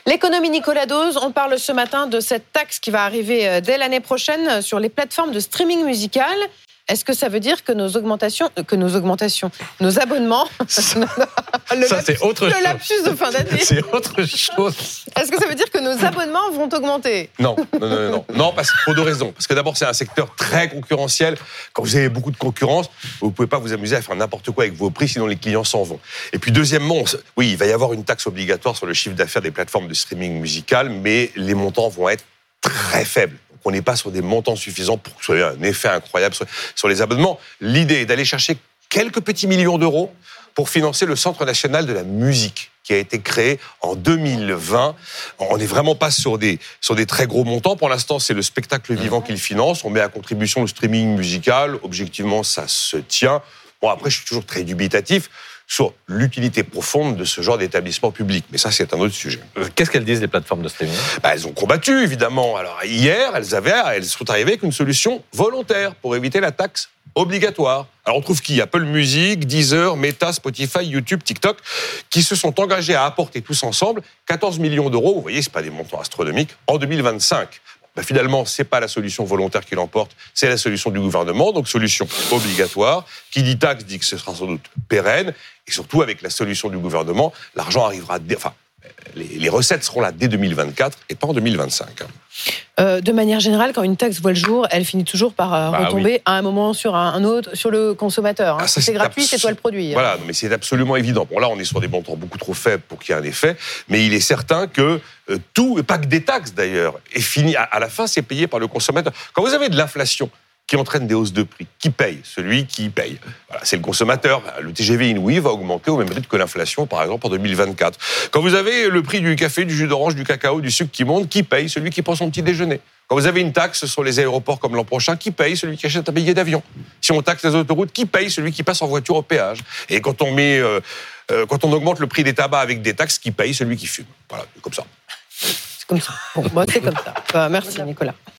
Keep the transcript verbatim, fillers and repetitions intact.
L'économie Nicolas Dose, on parle ce matin de cette taxe qui va arriver dès l'année prochaine sur les plateformes de streaming musical. Est-ce que ça veut dire que nos augmentations, que nos augmentations, nos abonnements, ça, le, ça lapsus, c'est autre le chose. lapsus de fin d'année, c'est autre chose. Est-ce que ça veut dire que nos abonnements vont augmenter ? Non, non, non, non, non, parce que pour deux raisons. Parce que d'abord, c'est un secteur très concurrentiel. Quand vous avez beaucoup de concurrence, vous ne pouvez pas vous amuser à faire n'importe quoi avec vos prix, sinon les clients s'en vont. Et puis deuxièmement, oui, il va y avoir une taxe obligatoire sur le chiffre d'affaires des plateformes de streaming musical, mais les montants vont être très faibles. On n'est pas sur des montants suffisants pour que ce soit un effet incroyable sur, sur les abonnements. L'idée est d'aller chercher quelques petits millions d'euros pour financer le Centre national de la musique qui a été créé en deux mille vingt. On n'est vraiment pas sur des, sur des très gros montants. Pour l'instant, c'est le spectacle vivant qui le finance. On met à contribution le streaming musical. Objectivement, ça se tient. Bon, après, je suis toujours très dubitatif sur l'utilité profonde de ce genre d'établissement public. Mais ça, c'est un autre sujet. Qu'est-ce qu'elles disent, les plateformes de streaming ? Bah, elles ont combattu, évidemment. Alors, hier, elles, avaient, elles sont arrivées avec une solution volontaire pour éviter la taxe obligatoire. Alors, on trouve qui ? Apple Music, Deezer, Meta, Spotify, YouTube, TikTok, qui se sont engagés à apporter tous ensemble quatorze millions d'euros, vous voyez, c'est pas des montants astronomiques, en deux mille vingt-cinq. Ben finalement, c'est pas la solution volontaire qui l'emporte, c'est la solution du gouvernement, donc solution obligatoire. Qui dit taxe dit que ce sera sans doute pérenne, et surtout avec la solution du gouvernement, l'argent arrivera, dès, enfin, les, les recettes seront là dès deux mille vingt-quatre et pas en deux mille vingt-cinq. Euh, de manière générale, quand une taxe voit le jour, elle finit toujours par euh, bah, retomber oui. à un moment sur un autre, sur le consommateur. Hein. Ah, ça, c'est, c'est gratuit, abs- c'est toi le produit. Voilà, mais c'est absolument évident. Bon, là, on est sur des montants beaucoup trop faibles pour qu'il y ait un effet, mais il est certain que euh, tout, et pas que des taxes d'ailleurs, est fini. À, à la fin, c'est payé par le consommateur. Quand vous avez de l'inflation qui entraîne des hausses de prix, qui paye ? Celui qui paye. Voilà, c'est le consommateur. Le T G V Inouï va augmenter au même rythme que l'inflation, par exemple, en deux mille vingt-quatre. Quand vous avez le prix du café, du jus d'orange, du cacao, du sucre qui monte, qui paye ? Celui qui prend son petit déjeuner. Quand vous avez une taxe sur les aéroports comme l'an prochain, qui paye ? Celui qui achète un billet d'avion. Si on taxe les autoroutes, qui paye ? Celui qui passe en voiture au péage. Et quand on met, euh, euh, quand on augmente le prix des tabacs avec des taxes, qui paye ? Celui qui fume. Voilà, comme ça. C'est comme ça. Bon, bah, c'est comme ça. Euh, merci, Nicolas.